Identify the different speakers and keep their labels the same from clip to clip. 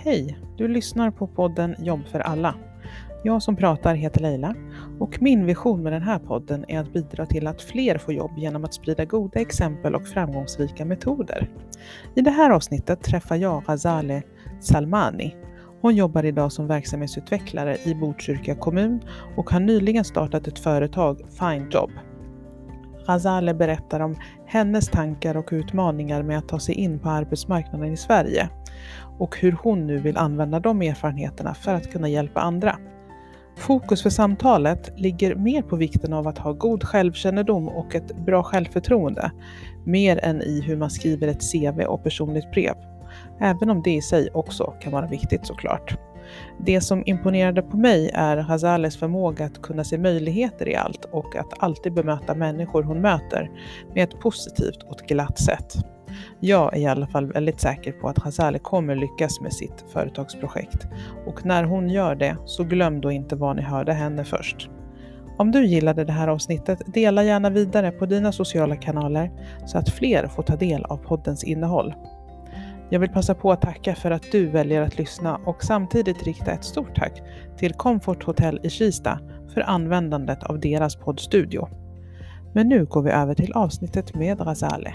Speaker 1: Hej, du lyssnar på podden Jobb för alla. Jag som pratar heter Leila och min vision med den här podden är att bidra till att fler får jobb genom att sprida goda exempel och framgångsrika metoder. I det här avsnittet träffar jag Ghazaleh Salmani. Hon jobbar idag som verksamhetsutvecklare i Botkyrka kommun och har nyligen startat ett företag, Find Job. Ghazaleh berättar om hennes tankar och utmaningar med att ta sig in på arbetsmarknaden i Sverige och hur hon nu vill använda de erfarenheterna för att kunna hjälpa andra. Fokus för samtalet ligger mer på vikten av att ha god självkännedom och ett bra självförtroende, mer än i hur man skriver ett CV och personligt brev. Även om det i sig också kan vara viktigt såklart. Det som imponerade på mig är Ghazalehs förmåga att kunna se möjligheter i allt och att alltid bemöta människor hon möter med ett positivt och ett glatt sätt. Jag är i alla fall väldigt säker på att Ghazaleh kommer lyckas med sitt företagsprojekt. Och när hon gör det, så glöm då inte var ni hörde henne först. Om du gillade det här avsnittet, dela gärna vidare på dina sociala kanaler så att fler får ta del av poddens innehåll. Jag vill passa på att tacka för att du väljer att lyssna och samtidigt rikta ett stort tack till Comfort Hotel i Kista för användandet av deras poddstudio. Men nu går vi över till avsnittet med Ghazaleh.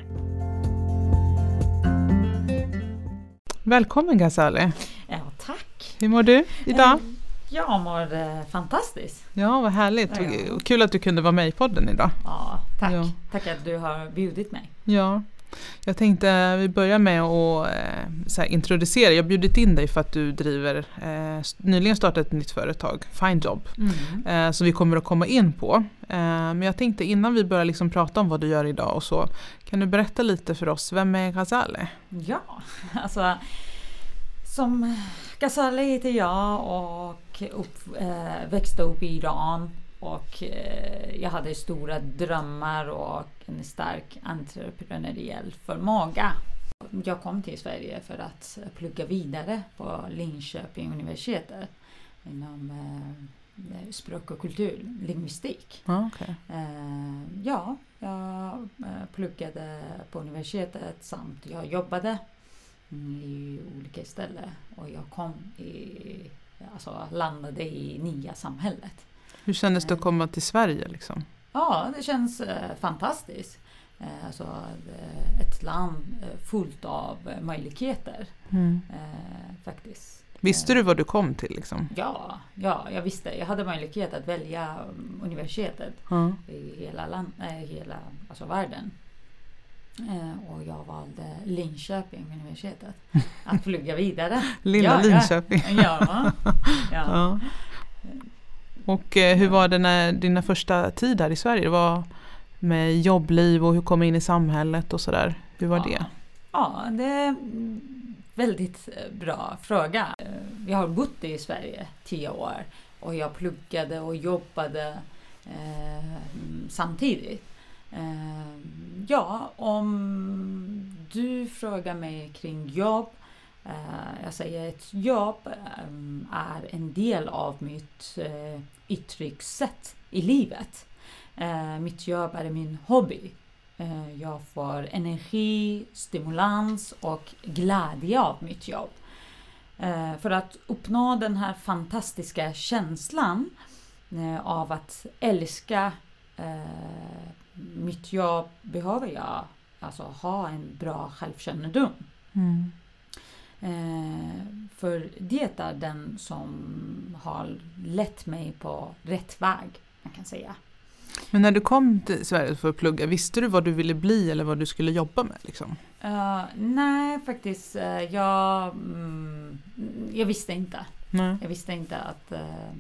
Speaker 1: Välkommen Ghazaleh.
Speaker 2: Ja, tack.
Speaker 1: Hur mår du idag?
Speaker 2: Jag mår fantastiskt.
Speaker 1: Ja, vad härligt.
Speaker 2: Ja.
Speaker 1: Och kul att du kunde vara med i podden idag.
Speaker 2: Ja, tack.
Speaker 1: Ja.
Speaker 2: Tack att du har bjudit mig.
Speaker 1: Ja, jag tänkte vi börjar med att introducera. Jag har bjudit in dig för att du driver nyligen startat ett nytt företag, Find Job, som vi kommer att komma in på. Men jag tänkte innan vi börjar liksom prata om vad du gör idag och så, kan du berätta lite för oss, vem är Ghazaleh?
Speaker 2: Ja, alltså som Ghazaleh heter jag och växte upp i Iran. Och jag hade stora drömmar och en stark entreprenöriell förmåga. Jag kom till Sverige för att plugga vidare på Linköping universitet inom språk och kultur, lingvistik.
Speaker 1: Okay.
Speaker 2: Jag pluggade på universitetet samt jag jobbade i olika ställen och jag landade i nya samhället.
Speaker 1: Hur kändes det att komma till Sverige liksom?
Speaker 2: Ja, det känns fantastiskt. Ett land fullt av möjligheter faktiskt.
Speaker 1: Visste du vad du kom till liksom?
Speaker 2: Ja, jag visste. Jag hade möjlighet att välja universitetet i hela världen. Och jag valde Linköping universitetet att plugga vidare.
Speaker 1: Linköping.
Speaker 2: Ja.
Speaker 1: Och hur var det när dina första tid här i Sverige? Det var med jobbliv och hur kom in i samhället och sådär. Hur var det?
Speaker 2: Ja, det är en väldigt bra fråga. Jag har bott i Sverige 10 år och jag pluggade och jobbade samtidigt. Om du frågar mig kring jobb, jag säger att jobb är en del av mitt uttryckssätt i livet. Mitt jobb är min hobby. Jag får energi, stimulans och glädje av mitt jobb. För att uppnå den här fantastiska känslan av att älska mitt jobb behöver jag ha en bra självkännedom. För det är den som har lett mig på rätt väg, man kan säga.
Speaker 1: Men när du kom till Sverige för att plugga, visste du vad du ville bli eller vad du skulle jobba med liksom?
Speaker 2: Nej, faktiskt. Jag visste inte.
Speaker 1: Nej.
Speaker 2: Jag visste inte att...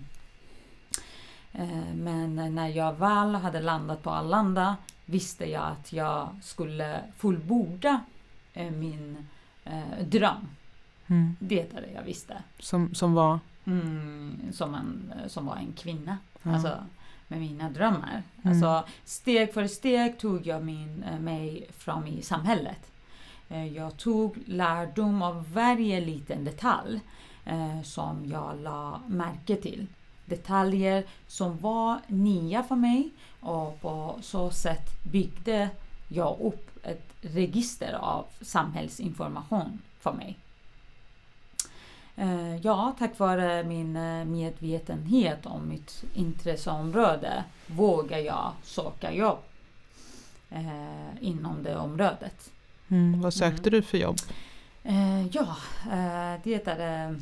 Speaker 2: men när jag väl hade landat på Arlanda visste jag att jag skulle fullborda min dröm. Det är det jag visste.
Speaker 1: Som var?
Speaker 2: Som var en kvinna. Alltså med mina drömmar. Alltså steg för steg tog jag mig fram i samhället. Jag tog lärdom av varje liten detalj som jag la märke till. Detaljer som var nya för mig och på så sätt byggde jag upp ett register av samhällsinformation för mig. Ja, tack vare min medvetenhet om mitt intresseområde vågar jag söka jobb inom det området.
Speaker 1: Vad sökte du för jobb?
Speaker 2: Det är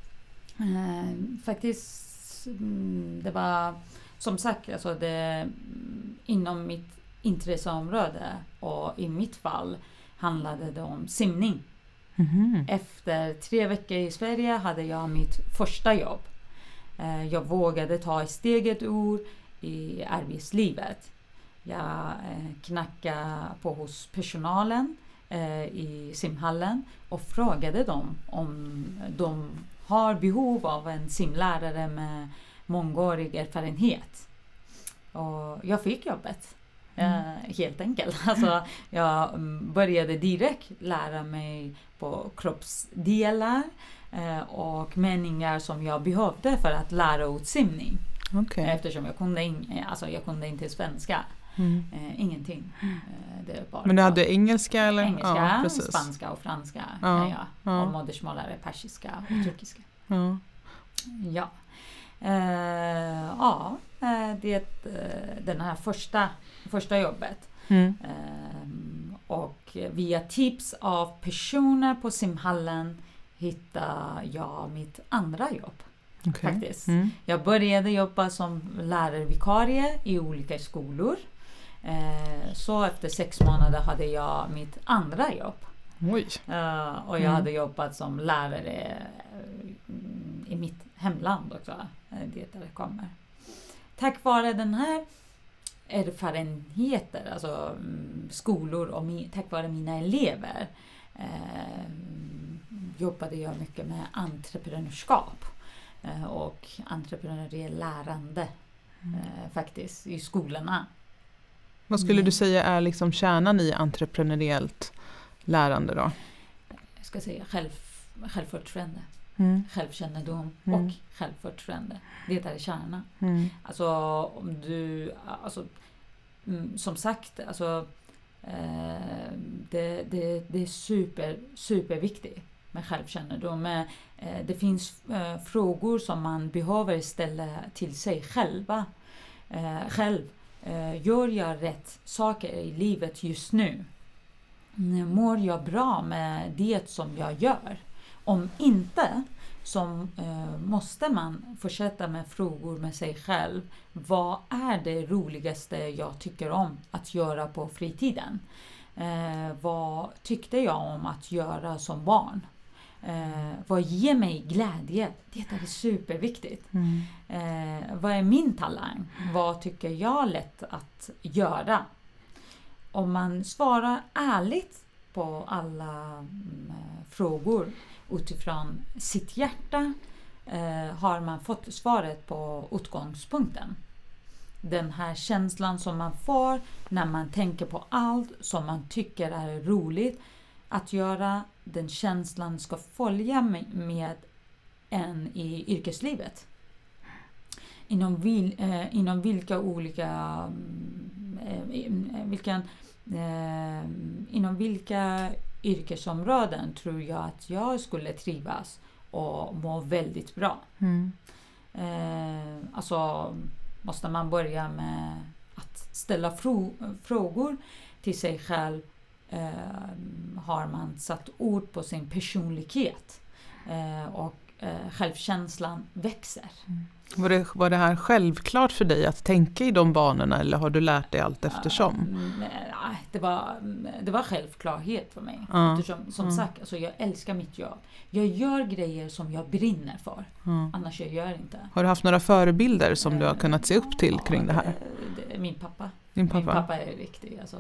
Speaker 2: faktiskt, det var som sagt alltså det, inom mitt intresseområde, och i mitt fall handlade det om simning. Efter 3 veckor i Sverige hade jag mitt första jobb. Jag vågade ta steget i arbetslivet. Jag knackade på hos personalen i simhallen och frågade dem om de har behov av en simlärare med mångårig erfarenhet. Och jag fick jobbet. Helt enkelt. Alltså, jag började direkt lära mig på kroppsdelar och meningar som jag behövde för att lära ut simning.
Speaker 1: Okay.
Speaker 2: Eftersom jag kunde inte svenska. Ingenting. Det är bara
Speaker 1: men du hade engelska eller?
Speaker 2: Engelska,
Speaker 1: ja,
Speaker 2: spanska och franska. Och modersmålare persiska och turkiska. Ja. Det den här första jobbet. Och via tips av personer på simhallen hittade jag mitt andra jobb. Faktiskt. Jag började jobba som lärarvikarie i olika skolor. Så efter 6 månader hade jag mitt andra jobb.
Speaker 1: Oj.
Speaker 2: Och jag hade jobbat som lärare i mitt hemland också. Det där det kommer. Tack vare den här erfarenheter, alltså skolor och tack vare mina elever jobbade jag mycket med entreprenörskap och entreprenöriell lärande faktiskt i skolorna.
Speaker 1: Vad skulle du säga är liksom kärnan i entreprenöriellt lärande då?
Speaker 2: Jag ska säga självförtroende. Självkännedom och självförtroende. Det är kärnan. Alltså om du som sagt alltså det är super viktigt med självkännedom. Det finns frågor som man behöver ställa till sig själv. Gör jag rätt saker i livet just nu? Mår jag bra med det som jag gör? Om inte, så måste man fortsätta med frågor med sig själv. Vad är det roligaste jag tycker om att göra på fritiden? Vad tyckte jag om att göra som barn? Vad ger mig glädje? Det är superviktigt. Vad är min talang? Vad tycker jag lätt att göra? Om man svarar ärligt på alla frågor utifrån sitt hjärta har man fått svaret på utgångspunkten. Den här känslan som man får när man tänker på allt som man tycker är roligt att göra, den känslan ska följa med en i yrkeslivet. Inom vilka yrkesområden tror jag att jag skulle trivas och må väldigt bra. Alltså måste man börja med att ställa frågor till sig själv. Har man satt ord på sin personlighet och självkänslan växer.
Speaker 1: Var det här självklart för dig att tänka i de banorna, eller har du lärt dig allt eftersom?
Speaker 2: Det var självklarhet för mig. Eftersom, som sagt, alltså jag älskar mitt jobb. Jag gör grejer som jag brinner för. Annars jag gör inte. Har
Speaker 1: du haft några förebilder som du har kunnat se upp till kring det här?
Speaker 2: Min pappa.
Speaker 1: Din pappa?
Speaker 2: Min pappa är riktig. Alltså,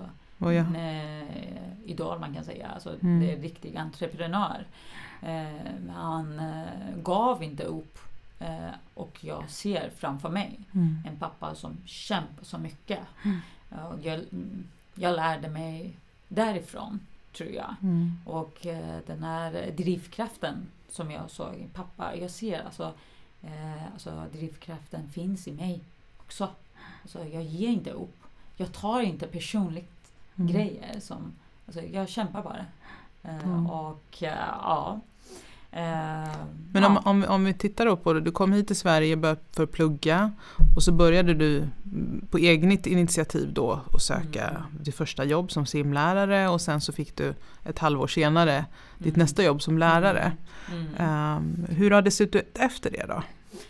Speaker 2: idol man kan säga. Alltså, det är en riktig entreprenör. Han gav inte upp. Och jag ser framför mig en pappa som kämpar så mycket. Och jag lärde mig därifrån, tror jag. Och den här drivkraften som jag såg i pappa, jag ser alltså drivkraften finns i mig också. Alltså, jag ger inte upp. Jag tar inte personligt grejer som, alltså, jag kämpar bara.
Speaker 1: Men om vi tittar då på det, du kom hit till Sverige för att plugga och så började du på eget initiativ då och söka ditt första jobb som simlärare och sen så fick du ett halvår senare ditt nästa jobb som lärare. Hur har det sett ut efter det då?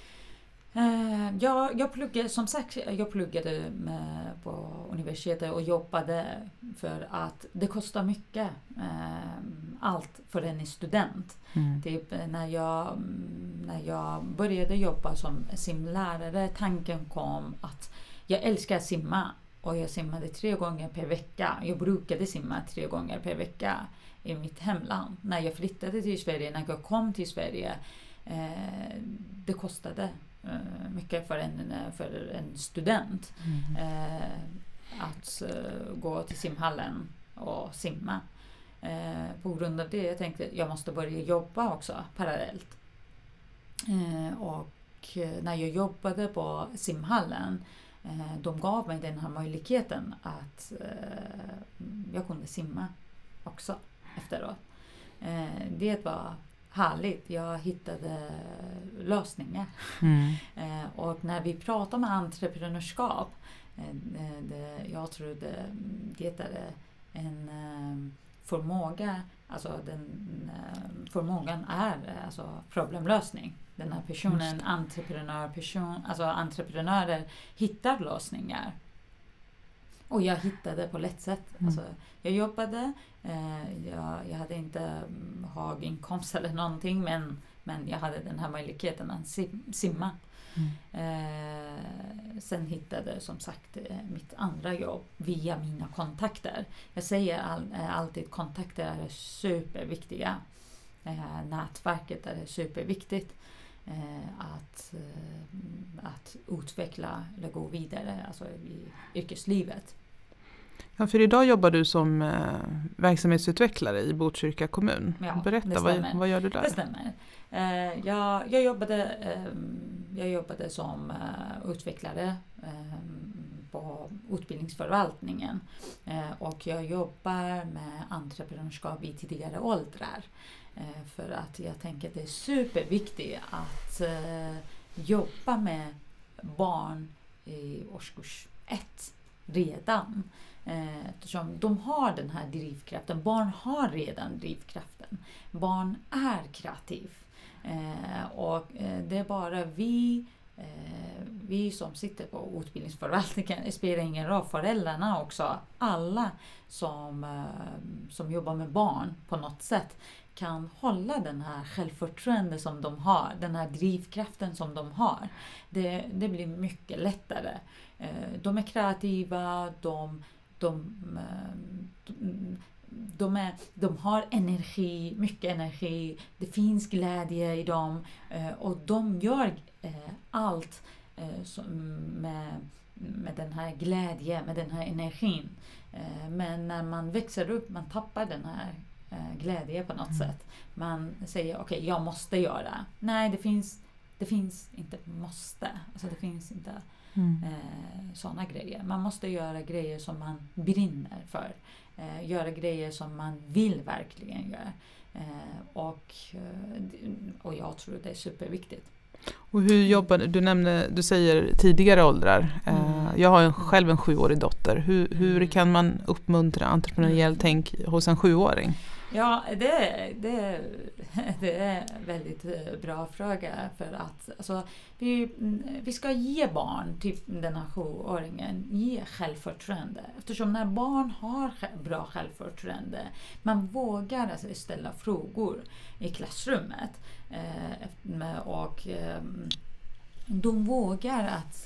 Speaker 2: Jag pluggade på universitetet och jobbade för att det kostar mycket. Allt för en student. Typ när jag började jobba som simlärare, tanken kom att jag älskar att simma och jag simmade 3 gånger per vecka. Jag brukade simma 3 gånger per vecka i mitt hemland. När jag flyttade till Sverige, när jag kom till Sverige, det kostade mycket för en student att gå till simhallen och simma. På grund av det jag tänkte att jag måste börja jobba också parallellt. Och när jag jobbade på simhallen, de gav mig den här möjligheten att jag kunde simma också efteråt. Det var härligt. Jag hittade lösningar. Och när vi pratar med entreprenörskap, jag tror det är en förmåga, alltså förmågan är alltså problemlösning. Den här personen, entreprenörer hittar lösningar. Och jag hittade på lätt sätt. Alltså, jag jobbade, jag hade inte hög inkomst eller någonting, men jag hade den här möjligheten att simma. Sen hittade som sagt mitt andra jobb via mina kontakter. Jag säger alltid kontakter är superviktiga. Nätverket är superviktigt. Att utveckla eller gå vidare alltså i yrkeslivet.
Speaker 1: Ja, för idag jobbar du som verksamhetsutvecklare i Botkyrka kommun.
Speaker 2: Ja,
Speaker 1: berätta, vad gör du där?
Speaker 2: Det stämmer. Jag jobbade som utvecklare på utbildningsförvaltningen och jag jobbar med entreprenörskap i tidigare åldrar. För att jag tänker att det är superviktigt att jobba med barn i årskurs 1 redan. Eftersom de har den här drivkraften. Barn har redan drivkraften. Barn är kreativ. Och det är bara vi som sitter på utbildningsförvaltningen, det spelar ingen roll, föräldrarna också, alla som jobbar med barn på något sätt kan hålla den här självförtroende som de har, den här drivkraften som de har. Det blir mycket lättare. De är kreativa, de har energi, mycket energi, det finns glädje i dem och de gör allt med den här glädjen, med den här energin. Men när man växer upp, man tappar den här glädje på något sätt. Man säger okej, jag måste göra. Nej, det finns inte måste. Alltså det finns inte sådana grejer. Man måste göra grejer som man brinner för. Göra grejer som man vill verkligen göra. Och jag tror det är superviktigt.
Speaker 1: Och hur jobbar du säger tidigare åldrar. Jag har själv en 7-årig dotter. Hur kan man uppmuntra entreprenöriellt tänk hos en 7-åring?
Speaker 2: Ja, det är en väldigt bra fråga för att alltså, vi ska ge barn till den här 7-åringen ge självförtroende. Eftersom när barn har bra självförtroende, man vågar alltså ställa frågor i klassrummet och de vågar att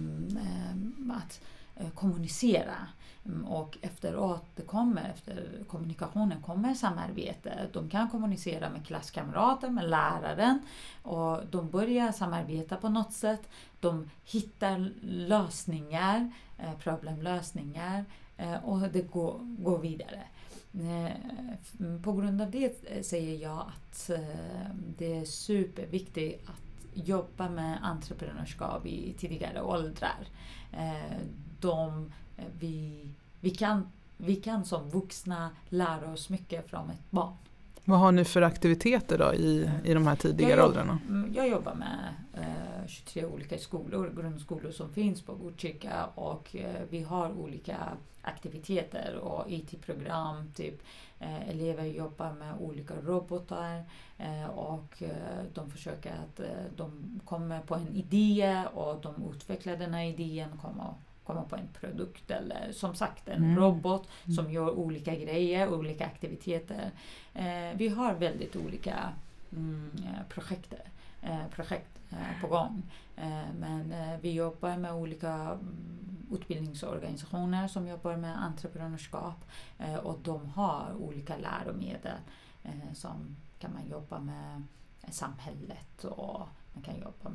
Speaker 2: kommunicera. Och efter kommunikationen kommer samarbete. De kan kommunicera med klasskamrater, med läraren och de börjar samarbeta på något sätt. De hittar lösningar, problemlösningar och det går vidare. På grund av det säger jag att det är superviktigt att jobba med entreprenörskap i tidigare åldrar. Vi kan som vuxna lära oss mycket från ett barn.
Speaker 1: Vad har ni för aktiviteter då i de här tidigare åldrarna?
Speaker 2: Jag jobbar med 23 olika skolor, grundskolor som finns på Botkyrka, och vi har olika aktiviteter och IT-program, typ elever jobbar med olika robotar och de försöker att de kommer på en idé och de utvecklar den här idén och komma på en produkt eller som sagt en robot som gör olika grejer, olika aktiviteter. Vi har väldigt olika projekt på gång. Men vi jobbar med olika utbildningsorganisationer som jobbar med entreprenörskap och de har olika läromedel som kan man jobba med samhället och man kan jobba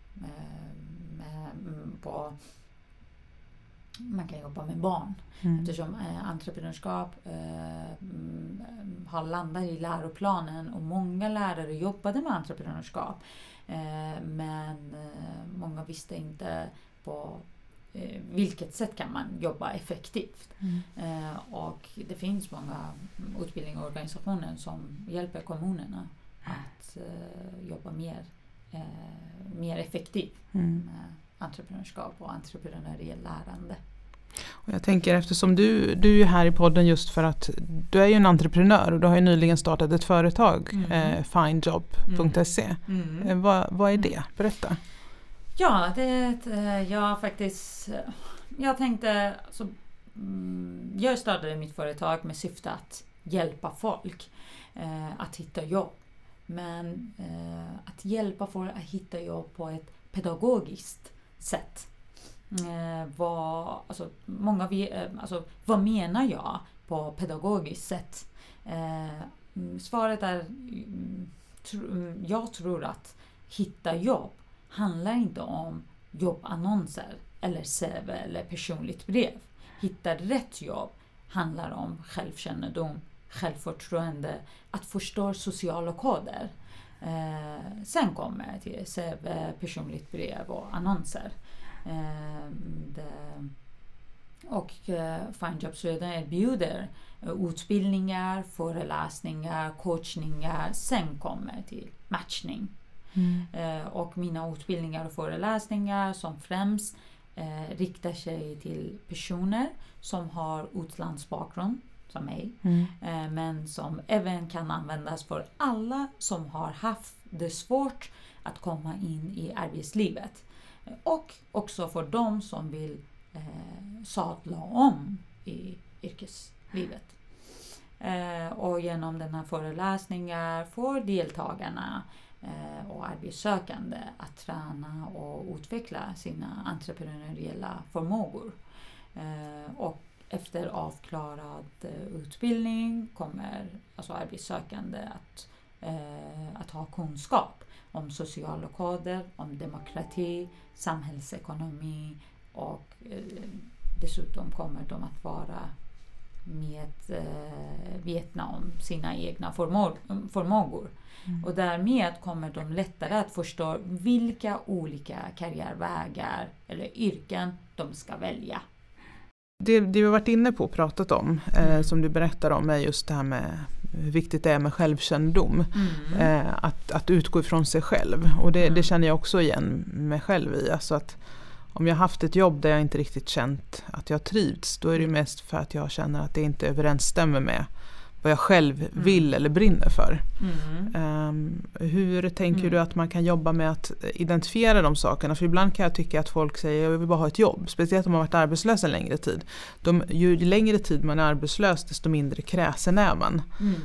Speaker 2: man kan jobba med barn eftersom entreprenörskap har landat i läroplanen och många lärare jobbade med entreprenörskap men många visste inte på vilket sätt kan man jobba effektivt. Och det finns många utbildningsorganisationer som hjälper kommunerna att jobba mer effektivt med entreprenörskap och entreprenöriell lärande.
Speaker 1: Och jag tänker eftersom du är här i podden just för att du är ju en entreprenör och du har ju nyligen startat ett företag, findjob.se. Vad är det? Berätta.
Speaker 2: Ja, jag tänkte jag startade mitt företag med syfte att hjälpa folk att hitta jobb. Men att hjälpa folk att hitta jobb på ett pedagogiskt sätt. Vad menar jag på pedagogiskt sätt? Svaret är jag tror att hitta jobb handlar inte om jobbannonser eller CV eller personligt brev. Hitta rätt jobb handlar om självkännedom, självförtroende, att förstå sociala koder. Sen kommer till CV, personligt brev och annonser. Och Findjob Sweden erbjuder utbildningar, föreläsningar, coachningar. Sen kommer till matchning. Och mina utbildningar och föreläsningar som främst riktar sig till personer som har utlandsbakgrund som mig. Men som även kan användas för alla som har haft det svårt att komma in i arbetslivet. Och också för de som vill sadla om i yrkeslivet. Och genom den här föreläsningar får deltagarna och arbetssökande att träna och utveckla sina entreprenöriella förmågor. Och efter avklarad utbildning kommer alltså arbetssökande att ha kunskap om sociala koder, om demokrati, samhällsekonomi och dessutom kommer de att vara medvetna om sina egna förmågor. Och därmed kommer de lättare att förstå vilka olika karriärvägar eller yrken de ska välja.
Speaker 1: Det vi har varit inne på och pratat om, som du berättar om, är just det här med hur viktigt det är med självkännedom. Att utgå ifrån sig själv. Och det känner jag också igen mig själv i. Alltså att om jag har haft ett jobb där jag inte riktigt känt att jag trivts, då är det mest för att jag känner att det inte överensstämmer med vad jag själv vill eller brinner för. Hur tänker du att man kan jobba med att identifiera de sakerna? För ibland kan jag tycka att folk säger jag vill bara ha ett jobb. Speciellt om man har varit arbetslös en längre tid. Ju längre tid man är arbetslös desto mindre kräsen är man.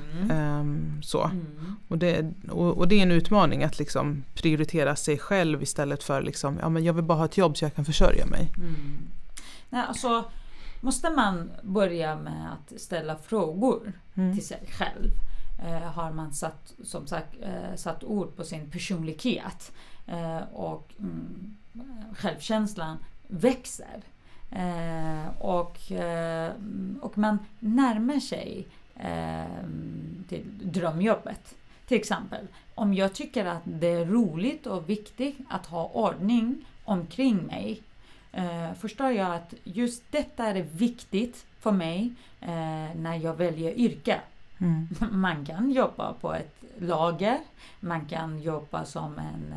Speaker 1: Och det är en utmaning att liksom prioritera sig själv istället för liksom, men jag vill bara ha ett jobb så jag kan försörja mig.
Speaker 2: Nej, alltså måste man börja med att ställa frågor till sig själv. Har man satt ord på sin personlighet och självkänslan växer och man närmar sig till drömjobbet. Till exempel, om jag tycker att det är roligt och viktigt att ha ordning omkring mig, förstår jag att just detta är viktigt för mig när jag väljer yrke. Man kan jobba på ett lager, man kan jobba som en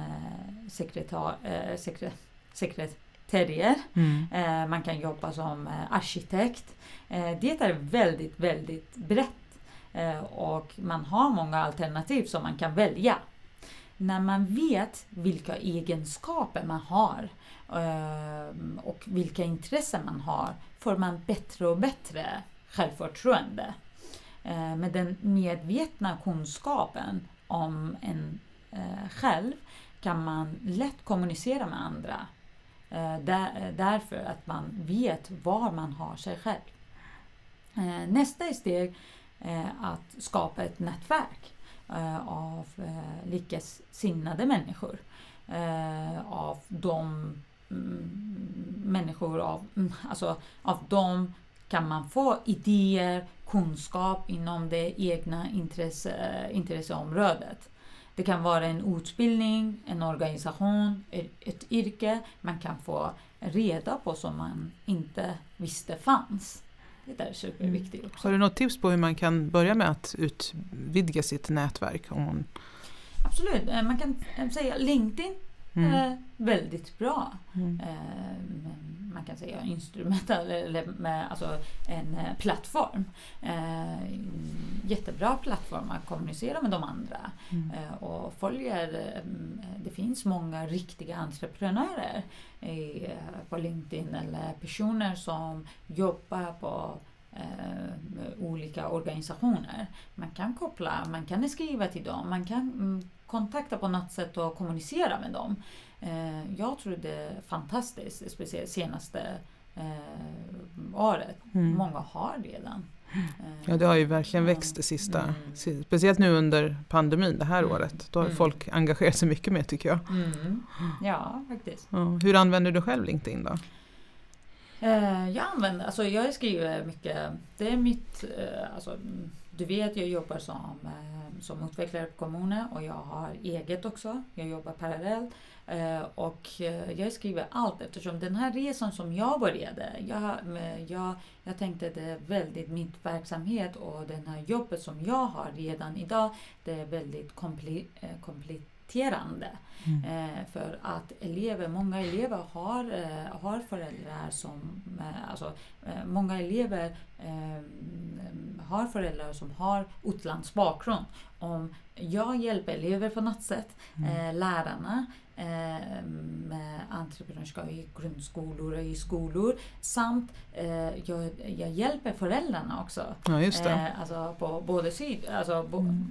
Speaker 2: sekreterare, man kan jobba som arkitekt. Det är väldigt, väldigt brett och man har många alternativ som man kan välja. När man vet vilka egenskaper man har och vilka intressen man har får man bättre och bättre självförtroende. Med den medvetna kunskapen om en själv kan man lätt kommunicera med andra. Därför att man vet var man har sig själv. Nästa steg är att skapa ett nätverk av likasinnade människor. Av de människor, av dem kan man få idéer, kunskap inom det egna intresseområdet. Det kan vara en utbildning, en organisation, ett yrke man kan få reda på som man inte visste fanns. Det är superviktigt också.
Speaker 1: Har du något tips på hur man kan börja med att utvidga sitt nätverk?
Speaker 2: Absolut, man kan säga LinkedIn är väldigt bra. Man kan säga instrumental eller alltså en plattform. Jättebra plattform att kommunicera med de andra. Och det finns många riktiga entreprenörer på LinkedIn eller personer som jobbar på olika organisationer. Man kan koppla, man kan skriva till dem, man kan kontakta på något sätt och kommunicera med dem. Jag tror det är fantastiskt, speciellt senaste året. Många har redan.
Speaker 1: Ja, det har ju verkligen växt det sista. Speciellt nu under pandemin det här året. Då har folk engagerat sig mycket mer, tycker jag.
Speaker 2: Ja, faktiskt.
Speaker 1: Ja, hur använder du själv LinkedIn då?
Speaker 2: Jag skriver mycket. Det är mitt, du vet, jag jobbar som utvecklare på kommunen och jag har eget också. Jag jobbar parallellt och jag skriver allt eftersom den här resan som jag började, jag tänkte det är väldigt min verksamhet och den här jobbet som jag har redan idag, det är väldigt kompletterande. För att många elever har föräldrar många elever har föräldrar som har utlandsbakgrund. Om jag hjälper elever på något sätt, lärarna med entreprenörskap i grundskolor och i skolor, samt jag hjälper föräldrarna också.
Speaker 1: Ja, just det.
Speaker 2: På både sidor.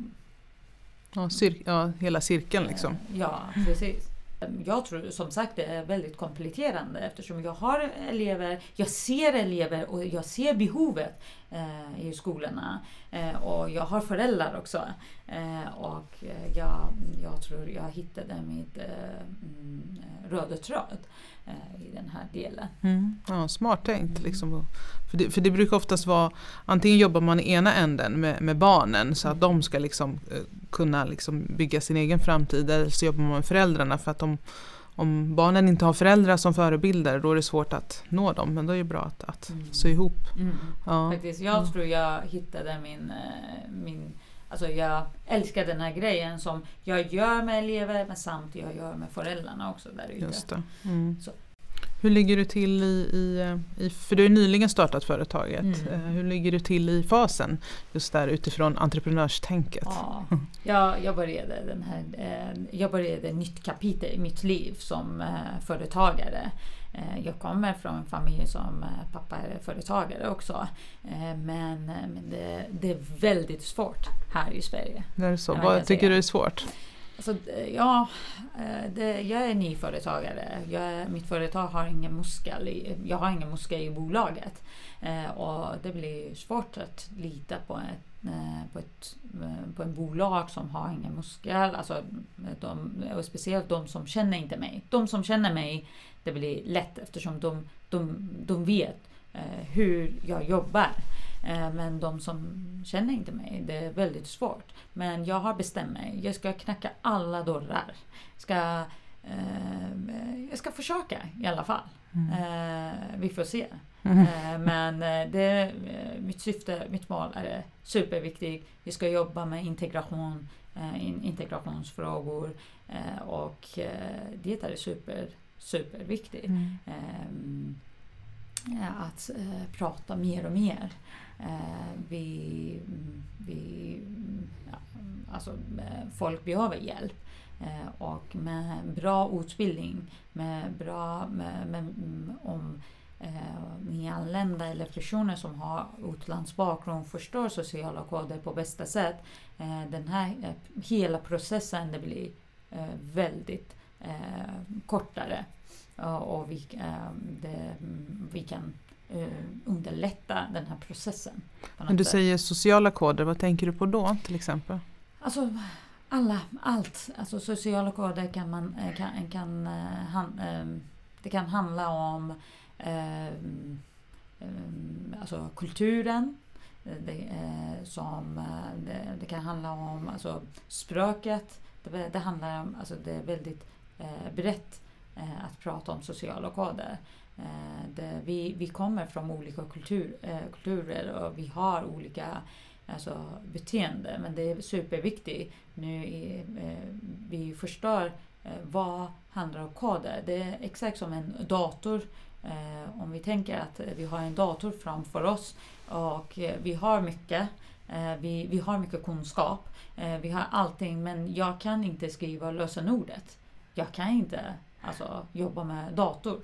Speaker 1: Hela cirkeln liksom.
Speaker 2: Ja, precis. Jag tror som sagt det är väldigt kompletterande eftersom jag har elever, jag ser elever och jag ser behovet i skolorna och jag har föräldrar också och jag tror jag hittade mitt röda tråd i den här delen.
Speaker 1: Ja, smart tänkt liksom. För det brukar oftast vara, antingen jobbar man i ena änden med barnen så att de ska liksom kunna liksom bygga sin egen framtid, eller så jobbar man med föräldrarna för att om barnen inte har föräldrar som förebilder, då är det svårt att nå dem, men då är det bra att sy ihop.
Speaker 2: Ja. Faktiskt, jag tror jag hittade jag älskar den här grejen som jag gör med elever, men samtidigt jag gör med föräldrarna också där ute.
Speaker 1: Just det. Så. Hur ligger du till för du har nyligen startat företaget. Hur ligger du till i fasen just där utifrån entreprenörstänket?
Speaker 2: Ja, jag började ett nytt kapitel i mitt liv som företagare. Jag kommer från en familj som pappa är företagare också. Men det är väldigt svårt här i Sverige.
Speaker 1: Det är så. Vad tycker du är svårt?
Speaker 2: Jag är nyföretagare. Mitt företag har ingen muskel. Jag har ingen muskel i bolaget. Och det blir svårt att lita på en bolag som har ingen muskel. Och speciellt de som känner inte mig. De som känner mig, det blir lätt eftersom de vet hur jag jobbar. Men de som känner inte mig, det är väldigt svårt. Men jag har bestämt mig. Jag ska knacka alla dörrar. Jag ska försöka i alla fall. Vi får se. Men mitt syfte, mitt mål är superviktigt. Vi ska jobba med integrationsfrågor och det är superviktigt. Att prata mer och mer. Folk behöver hjälp. Och med bra utbildning, om nyanlända eller personer som har utlandsbakgrund förstår sociala koder på bästa sätt, den här hela processen det blir väldigt kortare och vi kan underlätta den här processen.
Speaker 1: Men du säger sociala koder, vad tänker du på då till exempel?
Speaker 2: Alltså allt. Alltså sociala koder det kan handla om alltså kulturen. Det kan handla om alltså språket. Det handlar om, alltså det är väldigt brett att prata om sociala koder. Vi kommer från olika kulturer och vi har olika beteende, men det är superviktigt nu vi förstår vad handlar om koder. Det är exakt som en dator. Om vi tänker att vi har en dator framför oss och vi har mycket vi har mycket kunskap, vi har allting, men jag kan inte skriva lösenordet. Jag kan inte jobba med dator.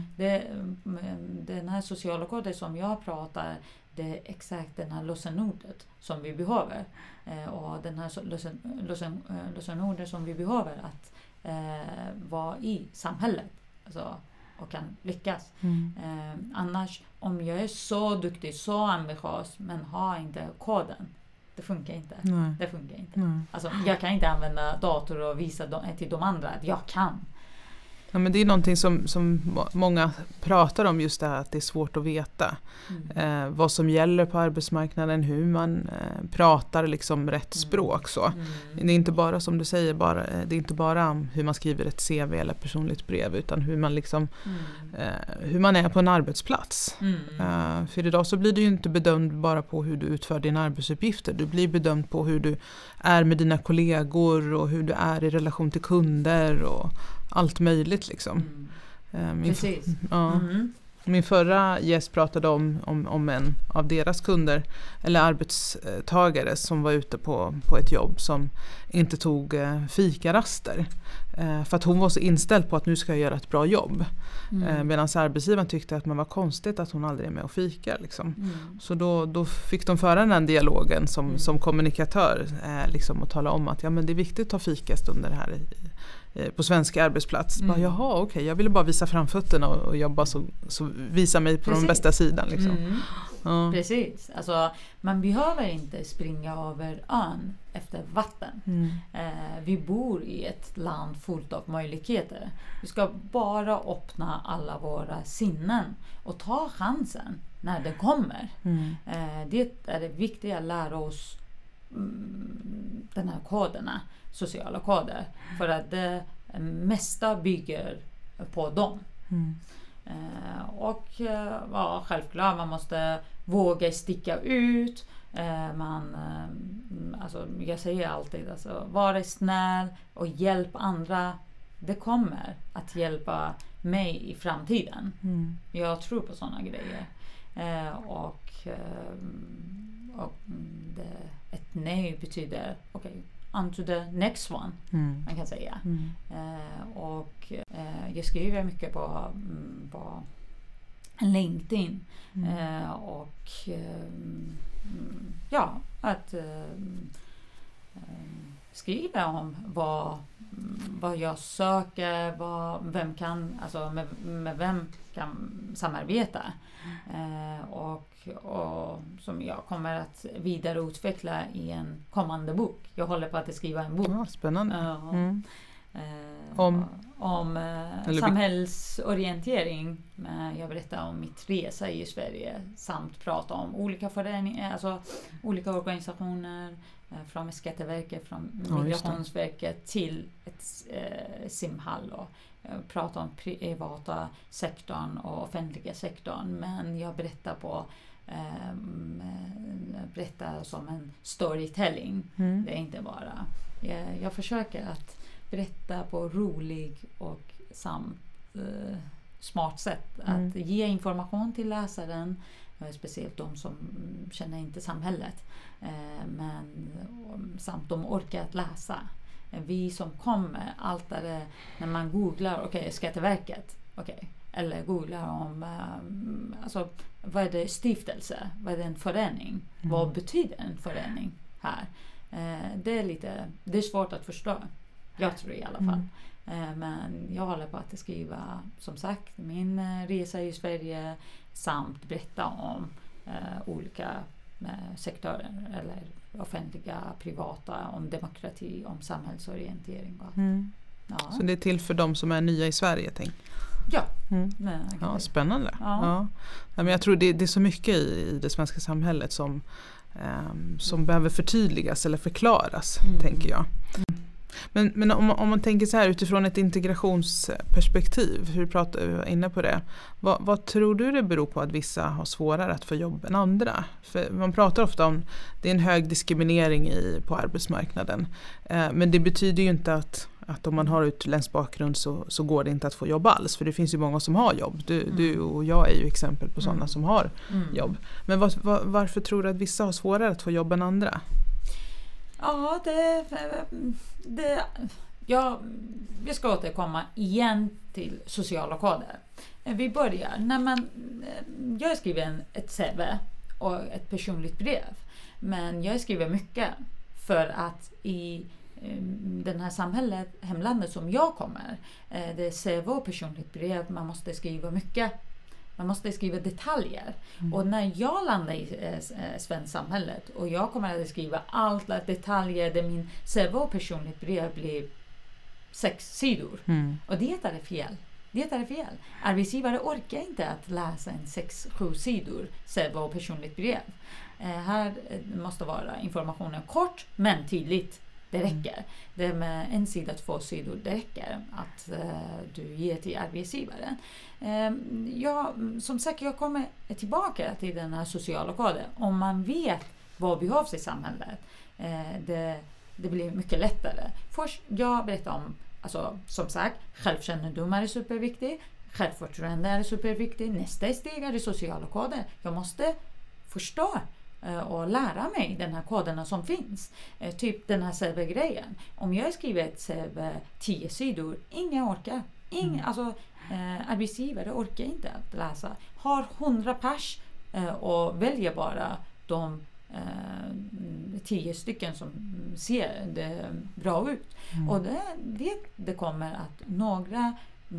Speaker 2: Den här sociala koden som jag pratar, det är exakt den här lösenordet som vi behöver. Och den här lösenordet som vi behöver att vara i samhället. Och kan lyckas. Annars, om jag är så duktig, så ambitiös, men har inte koden, det funkar inte.
Speaker 1: Nej.
Speaker 2: Det funkar inte.
Speaker 1: Nej.
Speaker 2: Jag kan inte använda dator och visa till de andra att jag kan.
Speaker 1: Ja, men det är någonting som många pratar om, just det här att det är svårt att veta vad som gäller på arbetsmarknaden, hur man pratar liksom rätt språk. Så. Det är inte bara som du säger, det är inte bara hur man skriver ett CV eller personligt brev, utan hur man liksom hur man är på en arbetsplats. För idag så blir du ju inte bedömd bara på hur du utför dina arbetsuppgifter. Du blir bedömd på hur du är med dina kollegor och hur du är i relation till kunder och allt möjligt liksom.
Speaker 2: Precis.
Speaker 1: Min förra gäst pratade om en av deras kunder eller arbetstagare som var ute på ett jobb som inte tog fikaraster. För att hon var så inställd på att nu ska jag göra ett bra jobb. Medan arbetsgivaren tyckte att man var konstigt att hon aldrig är med och fikar. Liksom. Så då fick de föra den dialogen som kommunikatör liksom, och tala om att men det är viktigt att ta fikastunder här på svenska arbetsplats. Jaha, okej, jag ville bara visa framfötterna och jobba så visa mig på den bästa sidan. Liksom.
Speaker 2: Precis. Man behöver inte springa över ön efter vatten. Vi bor i ett land fullt av möjligheter. Vi ska bara öppna alla våra sinnen och ta chansen när det kommer. Det är det viktiga att lära oss den här koderna, sociala koder, för att det mesta bygger på dem. Och självklart man måste våga sticka ut. Jag säger alltid var snäll och hjälp andra. Det kommer att hjälpa mig i framtiden. Jag tror på sådana grejer. Ett nej betyder on to the next one, man kan säga. Jag skriver mycket på LinkedIn att skriva om vad jag söker, med vem kan samarbeta, och som jag kommer att vidareutveckla i en kommande bok. Jag håller på att skriva en bok.
Speaker 1: Ja, spännande. Om
Speaker 2: samhällsorientering. Jag berättar om mitt resa i Sverige samt prata om olika föreningar, alltså olika organisationer från Skatteverket, från Migrationsverket till ett simhall och prata om privata sektorn och offentliga sektorn. Men jag berättar berätta som en storytelling. Det är inte bara. Jag försöker att berätta på rolig och smart sätt. Att ge information till läsaren, speciellt de som känner inte samhället. Men samt de orkar att läsa. Vi som kommer, allt är det, när man googlar, Skatteverket, eller googlar om alltså, vad är det stiftelse, vad är det en förening, vad betyder en förening här, det är svårt att förstå, jag tror i alla fall. Men jag håller på att skriva, som sagt, min resa i Sverige samt berätta om olika sektorer eller offentliga, privata, om demokrati, om samhällsorientering. Ja.
Speaker 1: Så det är till för de som är nya i Sverige, tänk.
Speaker 2: Ja.
Speaker 1: Ja, spännande. Ja. Men jag tror det är så mycket i det svenska samhället som behöver förtydligas eller förklaras, tänker jag. Men om man tänker så här utifrån ett integrationsperspektiv, hur pratar vi inne på det? Vad tror du det beror på att vissa har svårare att få jobb än andra? För man pratar ofta om det är en hög diskriminering på arbetsmarknaden. Men det betyder ju inte att om man har utländsk bakgrund så går det inte att få jobb alls. För det finns ju många som har jobb. Du och jag är ju exempel på sådana som har jobb. Men varför tror du att vissa har svårare att få jobb än andra?
Speaker 2: Ja, vi ska återkomma igen till sociala koder. Vi börjar jag skriver ett CV och ett personligt brev. Men jag skriver mycket för att i den här hemlandet som jag kommer, det är CV och personligt brev, man måste skriva mycket. Man måste skriva detaljer. Och när jag landar i svensk samhället och jag kommer att skriva alla detaljer, där min CV och personligt brev blir 6 sidor. Och det är fel. Arbetsgivare orkar inte att läsa en 6-7 sidor CV och personligt brev. Här måste vara informationen kort men tydligt. Det räcker. Det med 1 sida, 2 sidor, det räcker att du ger till arbetsgivaren. Som sagt, jag kommer tillbaka till den här sociala koden. Om man vet vad behövs i samhället, det blir mycket lättare. Först, jag berättar om, som sagt, självkännedom är superviktigt. Självförtroende är superviktigt. Nästa steg är det sociala koden. Jag måste förstå och lära mig den här koderna som finns. Typ den här CV-grejen. Om jag skriver ett CV 10 sidor, ingen orkar. Arbetsgivare orkar inte att läsa. Har 100 pers och väljer bara de 10 stycken som ser det bra ut. Och det kommer att några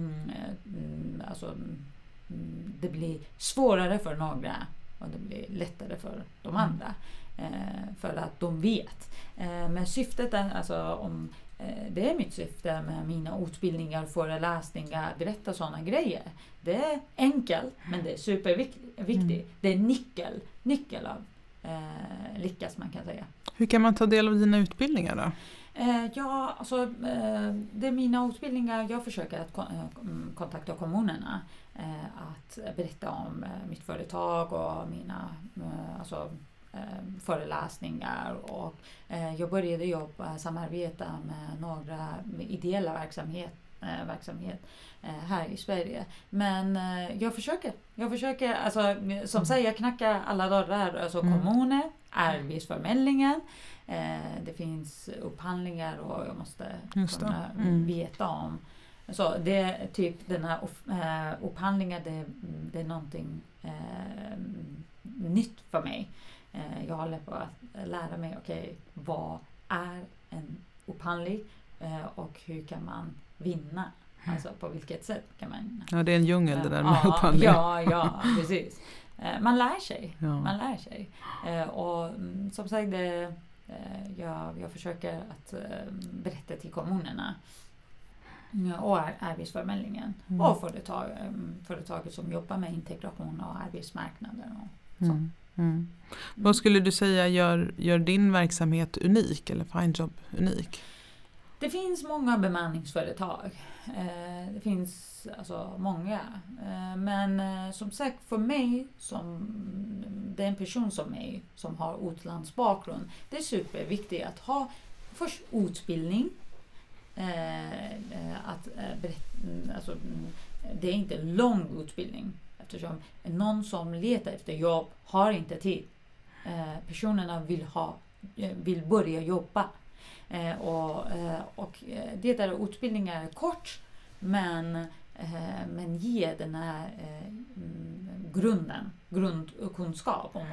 Speaker 2: det blir svårare för några och det blir lättare för de andra för att de vet. Men syftet är om det är mitt syfte med mina utbildningar, föreläsningar, berätta sådana grejer. Det är enkelt, men det är superviktigt. Det är nyckel av lyckas, man kan säga.
Speaker 1: Hur kan man ta del av dina utbildningar då?
Speaker 2: Det är mina utbildningar. Jag försöker att kontakta kommunerna att berätta om mitt företag och mina föreläsningar, och jag började samarbeta med några ideella verksamhet här i Sverige. Men jag försöker som säger, jag knackar alla dörrar, kommuner, arbetsförmedlingen, det finns upphandlingar och jag måste kunna veta om. Så det är typ den här upphandlingen, det är någonting nytt för mig. Jag håller på att lära mig, vad är en upphandling och hur kan man vinna? Alltså på vilket sätt kan man...
Speaker 1: Ja, det är en djungel det där med upphandling.
Speaker 2: Ja, precis. Man lär sig. Och som sagt, jag försöker att berätta till kommunerna och Arbetsförmedlingen och företaget som jobbar med integration och arbetsmarknaden. Och så.
Speaker 1: Vad skulle du säga gör din verksamhet unik eller FindJob unik?
Speaker 2: Det finns många bemanningsföretag. Det finns alltså många. Men som sagt, för mig, det är en person som mig som har utlandsbakgrund, det är superviktigt att ha först utbildning. Alltså, det är inte lång utbildning, eftersom någon som letar efter jobb har inte tid. Personerna vill börja jobba. Och det där utbildningen är kort, men ger den här grundkunskap om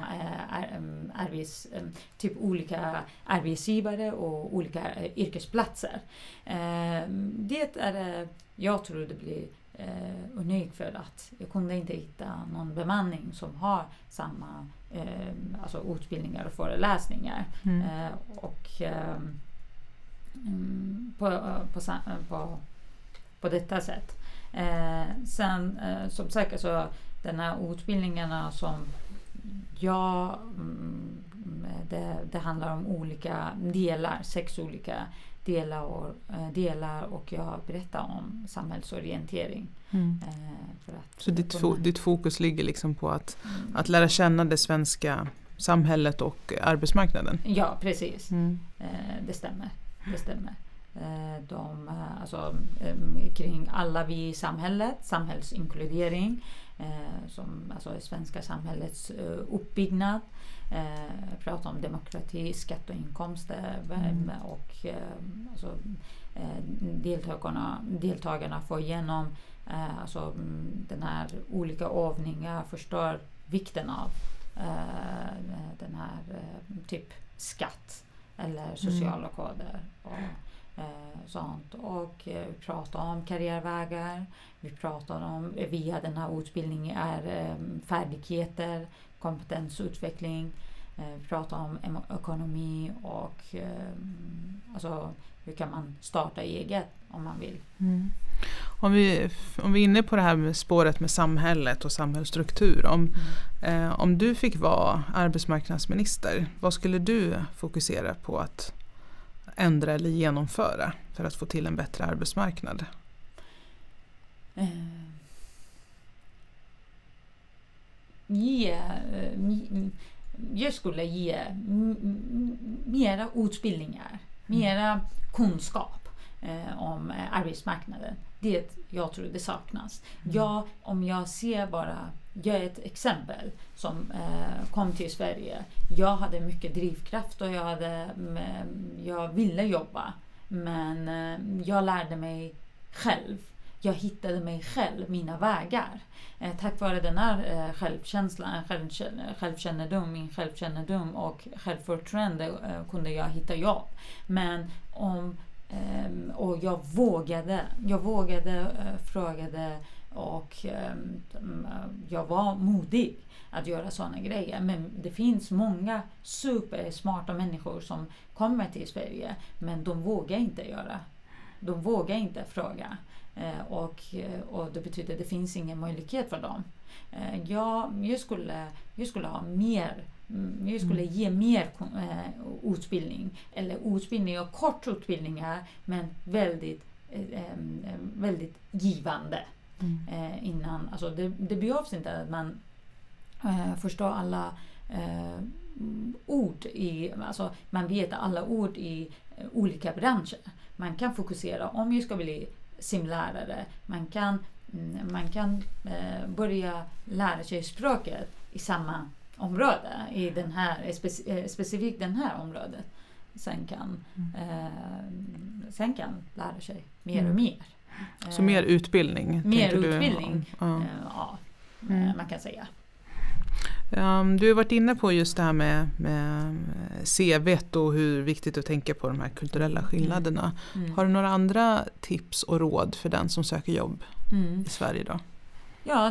Speaker 2: typ olika arbetsgivare och olika yrkesplatser. Det är, jag tror det blir unikt, för att jag kunde inte hitta någon bemanning som har samma alltså utbildningar och föreläsningar på detta sätt. Sen som sagt, alltså, den här utbildningarna som det handlar om olika delar, 6 olika delar, och jag berättar om samhällsorientering. För att
Speaker 1: så ditt fokus ligger liksom på att lära känna det svenska samhället och arbetsmarknaden?
Speaker 2: Ja, precis. Det stämmer. Kring alla vi i samhället, samhällsinkludering, som alltså är svenska samhällets uppbyggnad, prata om demokrati, skatt och inkomster, och alltså, deltagarna får igenom alltså, den här olika övningar, förstår vikten av den här typ skatt eller sociala koder och sånt. Och vi pratar om karriärvägar, vi pratar om via den här utbildningen färdigheter, kompetensutveckling, vi pratar om ekonomi och alltså hur kan man starta eget om man vill.
Speaker 1: Om vi är inne på det här med spåret med samhället och samhällsstruktur, om du fick vara arbetsmarknadsminister, vad skulle du fokusera på att ändra eller genomföra för att få till en bättre arbetsmarknad?
Speaker 2: Jag skulle ge mera utbildningar, mera kunskap om arbetsmarknaden. Det jag tror det saknas. Om jag ser jag är ett exempel som kom till Sverige. Jag hade mycket drivkraft och jag ville jobba, men jag lärde mig själv. Jag hittade mig själv, mina vägar. Tack vare den här självkänslan, min självkännedom och självförtroende kunde jag hitta jobb. Men och jag vågade, frågade, och jag var modig att göra sådana grejer. Men det finns många supersmarta människor som kommer till Sverige, men de vågar inte göra. De vågar inte fråga. Och det betyder att det finns ingen möjlighet för dem. Jag skulle ha mer. Jag skulle ge mer utbildning, eller utbildning och kort utbildningar, men väldigt givande. Innan, alltså det behövs inte att man förstår alla ord alltså man vet alla ord i olika branscher. Man kan fokusera, om jag ska bli simlärare, man kan börja lära sig språket i samma område, i den här specifikt den här området. Sen kan lära sig mer och mer.
Speaker 1: Så mer utbildning?
Speaker 2: Mer utbildning, man kan säga.
Speaker 1: Du har varit inne på just det här med CV:t och hur viktigt att tänka på de här kulturella skillnaderna. Har du några andra tips och råd för den som söker jobb i Sverige då?
Speaker 2: Ja,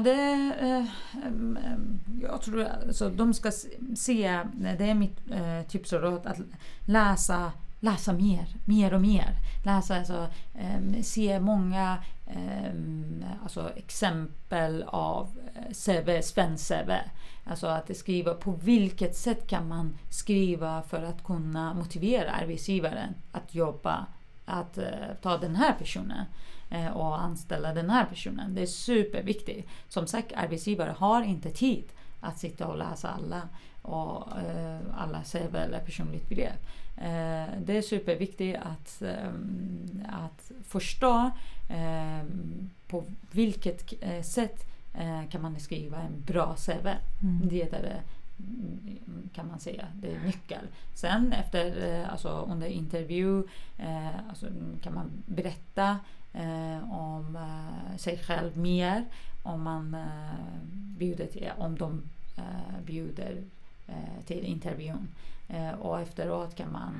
Speaker 2: jag tror alltså, de ska se, det är mitt tips och råd, att läsa mer och mer. Läsa, alltså, se många alltså exempel av CV, svensk CV. Alltså att skriva på vilket sätt kan man skriva för att kunna motivera arbetsgivaren att jobba, att ta den här personen och anställa den här personen. Det är superviktigt. Som sagt, arbetsgivare har inte tid att sitta och läsa alla CV eller personligt brev. Det är superviktigt att förstå på vilket sätt kan man skriva en bra CV. Det är det, kan man säga, det är nyckel. Sen efter, under intervju alltså, kan man berätta om sig själv mer, om man om de bjuder till intervjun. Och efteråt kan man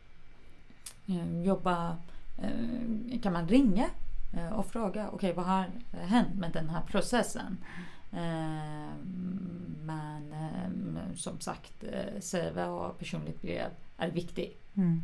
Speaker 2: kan man ringa och fråga okej, vad har hänt med den här processen. Men som sagt, CV och personligt brev är viktigt.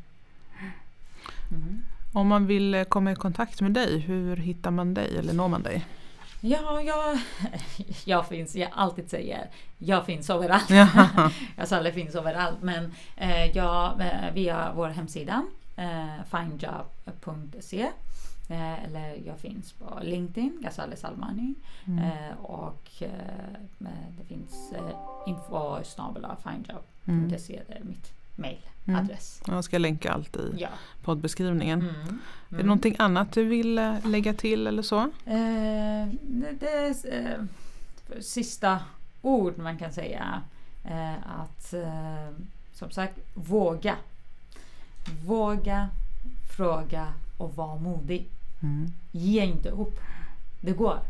Speaker 1: Om man vill komma i kontakt med dig, hur hittar man dig eller når man dig?
Speaker 2: Ja, jag finns, jag alltid säger, jag finns överallt. Jag finns överallt, men via vår hemsida findjob.se eller jag finns på LinkedIn, Ghazaleh Salmani, och det finns info@findjob.se, det är mitt mailadress.
Speaker 1: Jag ska länka allt i poddbeskrivningen. Är det någonting annat du vill lägga till eller så?
Speaker 2: Det är sista ord man kan säga, att som sagt, våga fråga och vara modig. Ge inte upp. Det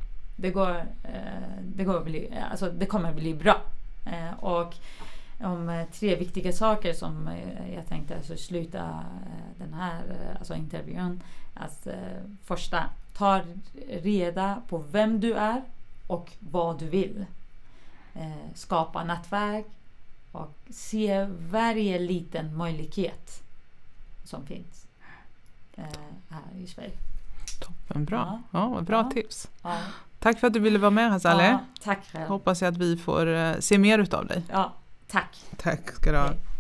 Speaker 2: kommer bli bra. Och om 3 viktiga saker som jag tänkte sluta den här intervjun. Första, ta reda på vem du är och vad du vill. Skapa nätverk och se varje liten möjlighet som finns här i Sverige.
Speaker 1: Toppen, bra. Bra tips. Ja. Tack för att du ville vara med, Ghazaleh.
Speaker 2: Tack själv.
Speaker 1: Hoppas jag att vi får se mer utav dig.
Speaker 2: Tack.
Speaker 1: Tack ska du ha.